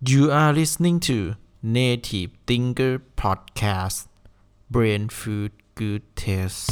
You are listening to Native Thinker Podcast Brain Food Good Taste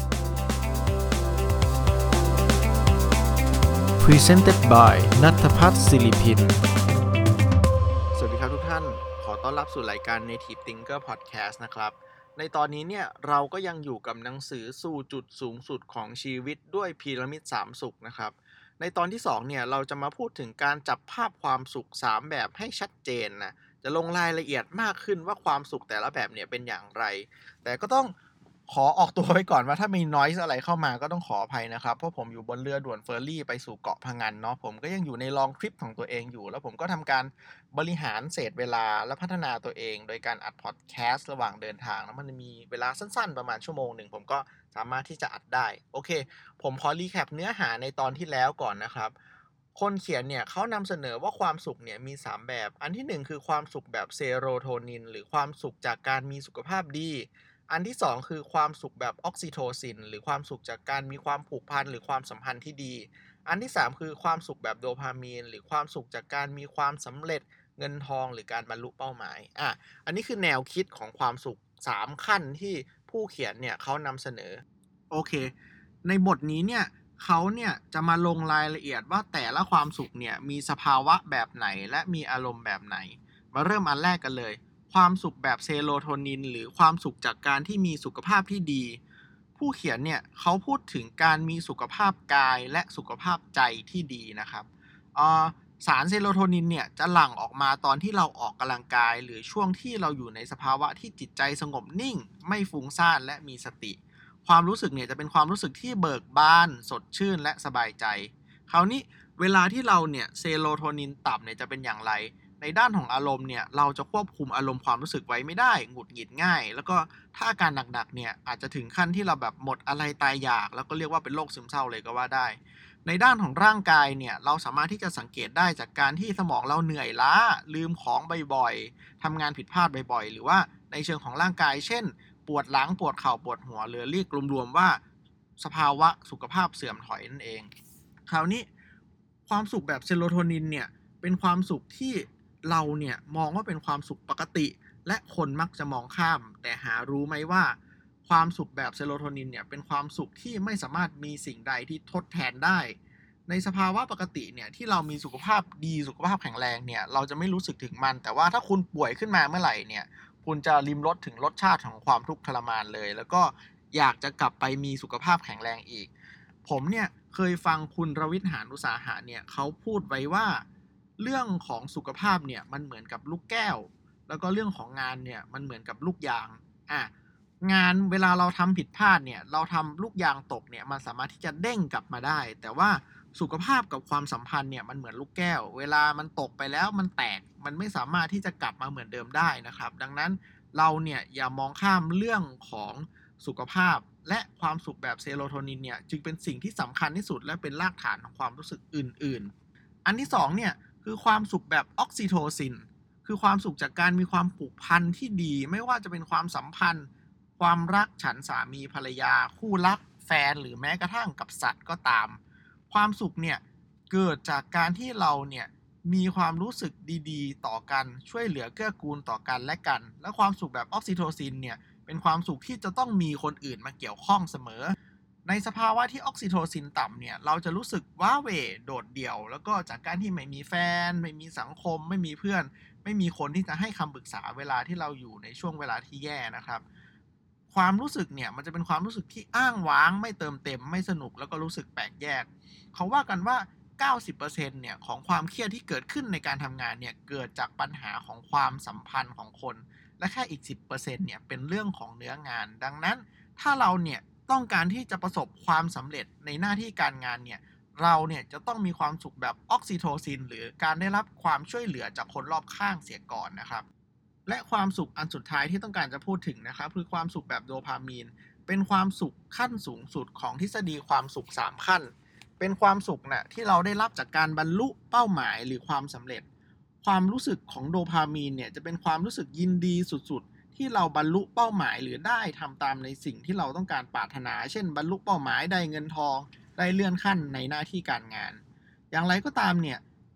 Presented by ณัฐพัฒน์ศิริพินสวัสดีครับทุกท่านขอต้อนรับสู่รายการ Native Thinker Podcast นะครับในตอนนี้เนี่ยเราก็ยังอยู่กับหนังสือสู่จุดสูงสุดของชีวิตด้วยพีระมิด3สุขนะครับในตอนที่2เนี่ยเราจะมาพูดถึงการจับภาพความสุข3แบบให้ชัดเจนนะจะลงรายละเอียดมากขึ้นว่าความสุขแต่ละแบบเนี่ยเป็นอย่างไรแต่ก็ต้องขอออกตัวไว้ก่อนว่าถ้ามี noise อะไรเข้ามาก็ต้องขออภัยนะครับเพราะผมอยู่บนเรือด่วนเฟอร์รี่ไปสู่เกาะพะงันเนาะผมก็ยังอยู่ในลองทริปของตัวเองอยู่แล้วผมก็ทำการบริหารเศษเวลาและพัฒนาตัวเองโดยการอัดพอดแคสต์ระหว่างเดินทางแล้วมันมีเวลาสั้นๆประมาณชั่วโมงหนึ่งผมก็สามารถที่จะอัดได้โอเคผมขอรีแคปเนื้อหาในตอนที่แล้วก่อนนะครับคนเขียนเนี่ยเขานำเสนอว่าความสุขเนี่ยมี3แบบอันที่1คือความสุขแบบเซโรโทนินหรือความสุขจากการมีสุขภาพดีอันที่2คือความสุขแบบออกซิโทซินหรือความสุขจากการมีความผูกพันหรือความสัมพันธ์ที่ดีอันที่3คือความสุขแบบโดพามีนหรือความสุขจากการมีความสำเร็จเงินทองหรือการบรรลุเป้าหมายอันนี้คือแนวคิดของความสุข3ขั้นที่ผู้เขียนเนี่ยเขานำเสนอโอเคในบทนี้เนี่ยเขาเนี่ยจะมาลงรายละเอียดว่าแต่ละความสุขเนี่ยมีสภาวะแบบไหนและมีอารมณ์แบบไหนมาเริ่มอันแรกกันเลยความสุขแบบเซโรโทนินหรือความสุขจากการที่มีสุขภาพที่ดีผู้เขียนเนี่ยเขาพูดถึงการมีสุขภาพกายและสุขภาพใจที่ดีนะครับสารเซโรโทนินเนี่ยจะหลั่งออกมาตอนที่เราออกกำลังกายหรือช่วงที่เราอยู่ในสภาวะที่จิตใจสงบนิ่งไม่ฟุ้งซ่านและมีสติความรู้สึกเนี่ยจะเป็นความรู้สึกที่เบิกบานสดชื่นและสบายใจคราวนี้เวลาที่เราเนี่ยเซโรโทนินต่ำเนี่ยจะเป็นอย่างไรในด้านของอารมณ์เนี่ยเราจะควบคุมอารมณ์ความรู้สึกไว้ไม่ได้หงุดหงิดง่ายแล้วก็ถ้าอาการหนักๆเนี่ยอาจจะถึงขั้นที่เราแบบหมดอะไรตายอยากแล้วก็เรียกว่าเป็นโรคซึมเศร้าเลยก็ว่าได้ในด้านของร่างกายเนี่ยเราสามารถที่จะสังเกตได้จากการที่สมองเราเหนื่อยล้าลืมของบ่อยๆทำงานผิดพลาดบ่อยๆหรือว่าในเชิงของร่างกายเช่นปวดหลังปวดเข่าปวดหัวหรือเรียกรวมๆว่าสภาวะสุขภาพเสื่อมถอยนั่นเองคราวนี้ความสุขแบบเซโรโทนินเนี่ยเป็นความสุขที่เราเนี่ยมองว่าเป็นความสุขปกติและคนมักจะมองข้ามแต่หารู้ไหมว่าความสุขแบบเซโรโทนินเนี่ยเป็นความสุขที่ไม่สามารถมีสิ่งใดที่ทดแทนได้ในสภาวะปกติเนี่ยที่เรามีสุขภาพดีสุขภาพแข็งแรงเนี่ยเราจะไม่รู้สึกถึงมันแต่ว่าถ้าคุณป่วยขึ้นมาเมื่อไหร่เนี่ยคุณจะลิ้มรสถึงรสชาติของความทุกข์ทรมานเลยแล้วก็อยากจะกลับไปมีสุขภาพแข็งแรงอีกผมเนี่ยเคยฟังคุณรวิทย์ หาญอุตสาหะเนี่ยเขาพูดไว้ว่าเรื่องของสุขภาพเนี่ยมันเหมือนกับลูกแก้วแล้วก็เรื่องของงานเนี่ยมันเหมือนกับลูกยางงานเวลาเราทำผิดพลาดเนี่ยเราทำลูกยางตกเนี่ยมันสามารถที่จะเด้งกลับมาได้แต่ว่าสุขภาพกับความสัมพันธ์เนี่ยมันเหมือนลูกแก้วเวลามันตกไปแล้วมันแตกมันไม่สามารถที่จะกลับมาเหมือนเดิมได้นะครับดังนั้นเราเนี่ยอย่ามองข้ามเรื่องของสุขภาพและความสุขแบบเซโรโทนินเนี่ยจึงเป็นสิ่งที่สำคัญที่สุดและเป็นรากฐานของความรู้สึกอื่นๆอันที่สองเนี่ยคือความสุขแบบออกซิโทซินคือความสุขจากการมีความผูกพันที่ดีไม่ว่าจะเป็นความสัมพันธ์ความรักฉันสามีภรรยาคู่รักแฟนหรือแม้กระทั่งกับสัตว์ก็ตามความสุขเนี่ยเกิดจากการที่เราเนี่ยมีความรู้สึกดีๆต่อกันช่วยเหลือเกื้อกูลต่อกันและกันและความสุขแบบออกซิโทซินเนี่ยเป็นความสุขที่จะต้องมีคนอื่นมาเกี่ยวข้องเสมอในสภาวะที่ออกซิโทซินต่ำเนี่ยเราจะรู้สึกว้าเหวโดดเดี่ยวแล้วก็จากการที่ไม่มีแฟนไม่มีสังคมไม่มีเพื่อนไม่มีคนที่จะให้คำปรึกษาเวลาที่เราอยู่ในช่วงเวลาที่แย่นะครับความรู้สึกเนี่ยมันจะเป็นความรู้สึกที่อ้างว้างไม่เติมเต็มไม่สนุกแล้วก็รู้สึกแปลกแยกเขาว่ากันว่า90%เนี่ยของความเครียดที่เกิดขึ้นในการทำงานเนี่ยเกิดจากปัญหาของความสัมพันธ์ของคนและแค่อีก 10%เนี่ยเป็นเรื่องของเนื้องานดังนั้นถ้าเราเนี่ยต้องการที่จะประสบความสำเร็จในหน้าที่การงานเนี่ยเราเนี่ยจะต้องมีความสุขแบบออกซิโทซินหรือการได้รับความช่วยเหลือจากคนรอบข้างเสียก่อนนะครับและความสุขอันสุดท้ายที่ต้องการจะพูดถึงนะครับคือความสุขแบบโดพามีนเป็นความสุขขั้นสูงสุดของทฤษฎีความสุข3ขั้นเป็นความสุขนะที่เราได้รับจากการบรรลุเป้าหมายหรือความสำเร็จความรู้สึกของโดพามีนเนี่ยจะเป็นความรู้สึกยินดีสุดๆที่เราบรรลุเป้าหมายหรือได้ทำตามในสิ่งที่เราต้องการปรารถนาเช่นบรรลุเป้าหมายได้เงินทองได้เลื่อนขั้นในหน้าที่การงานอย่างไรก็ตามเนี่ย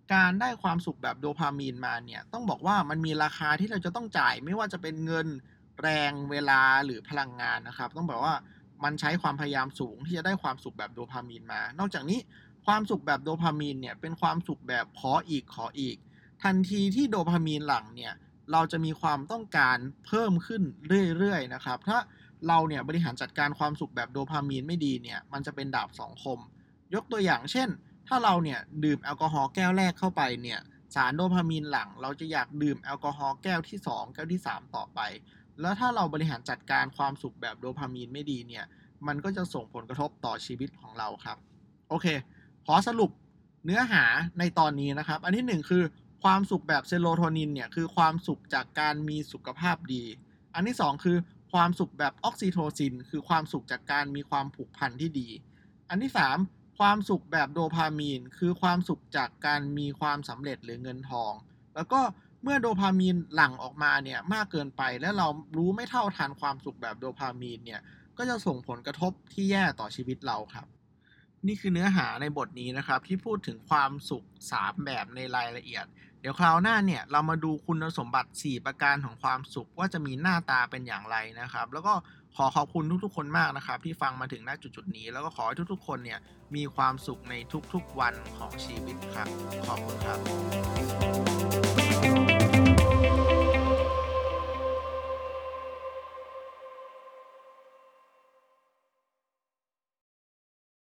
การได้ความสุขแบบโดพามีนมาเนี่ยต้องบอกว่ามันมีราคาที่เราจะต้องจ่ายไม่ว่าจะเป็นเงินแรงเวลาหรือพลังงานนะครับต้องบอกว่ามันใช้ความพยายามสูงที่จะได้ความสุขแบบโดพามีนมานอกจากนี้ความสุขแบบโดพามีนเนี่ยเป็นความสุขแบบขออีกทันทีที่โดพามีนหลั่งเนี่ยเราจะมีความต้องการเพิ่มขึ้นเรื่อยๆนะครับถ้าเราเนี่ยบริหารจัดการความสุขแบบโดพามีนไม่ดีเนี่ยมันจะเป็นดาบสองคมยกตัวอย่างเช่นถ้าเราเนี่ยดื่มแอลกอฮอล์แก้วแรกเข้าไปเนี่ยสารโดพามีนหลั่งเราจะอยากดื่มแอลกอฮอล์แก้วที่2แก้วที่3ต่อไปแล้วถ้าเราบริหารจัดการความสุขแบบโดพามีนไม่ดีเนี่ยมันก็จะส่งผลกระทบต่อชีวิตของเราครับโอเคขอสรุปเนื้อหาในตอนนี้นะครับอันที่1คือความสุขแบบเซโรโทนินเนี่ยคือความสุขจากการมีสุขภาพดีอันที่2คือความสุขแบบออกซิโทซินคือความสุขจากการมีความผูกพันที่ดีอันที่3ความสุขแบบโดพามีนคือความสุขจากการมีความสำเร็จหรือเงินทองแล้วก็เมื่อโดพามีนหลั่งออกมาเนี่ยมากเกินไปและเรารู้ไม่เท่าทันความสุขแบบโดพามีนเนี่ยก็จะส่งผลกระทบที่แย่ต่อชีวิตเราครับนี่คือเนื้อหาในบทนี้นะครับที่พูดถึงความสุข3แบบในรายละเอียดเดี๋ยวคราวหน้าเนี่ยเรามาดูคุณสมบัติ4ประการของความสุขว่าจะมีหน้าตาเป็นอย่างไรนะครับแล้วก็ขอขอบคุณทุกๆคนมากนะครับที่ฟังมาถึงณจุดๆนี้แล้วก็ขอให้ทุกๆคนเนี่ยมีความสุขในทุกๆวันของชีวิตครับขอบคุณครับ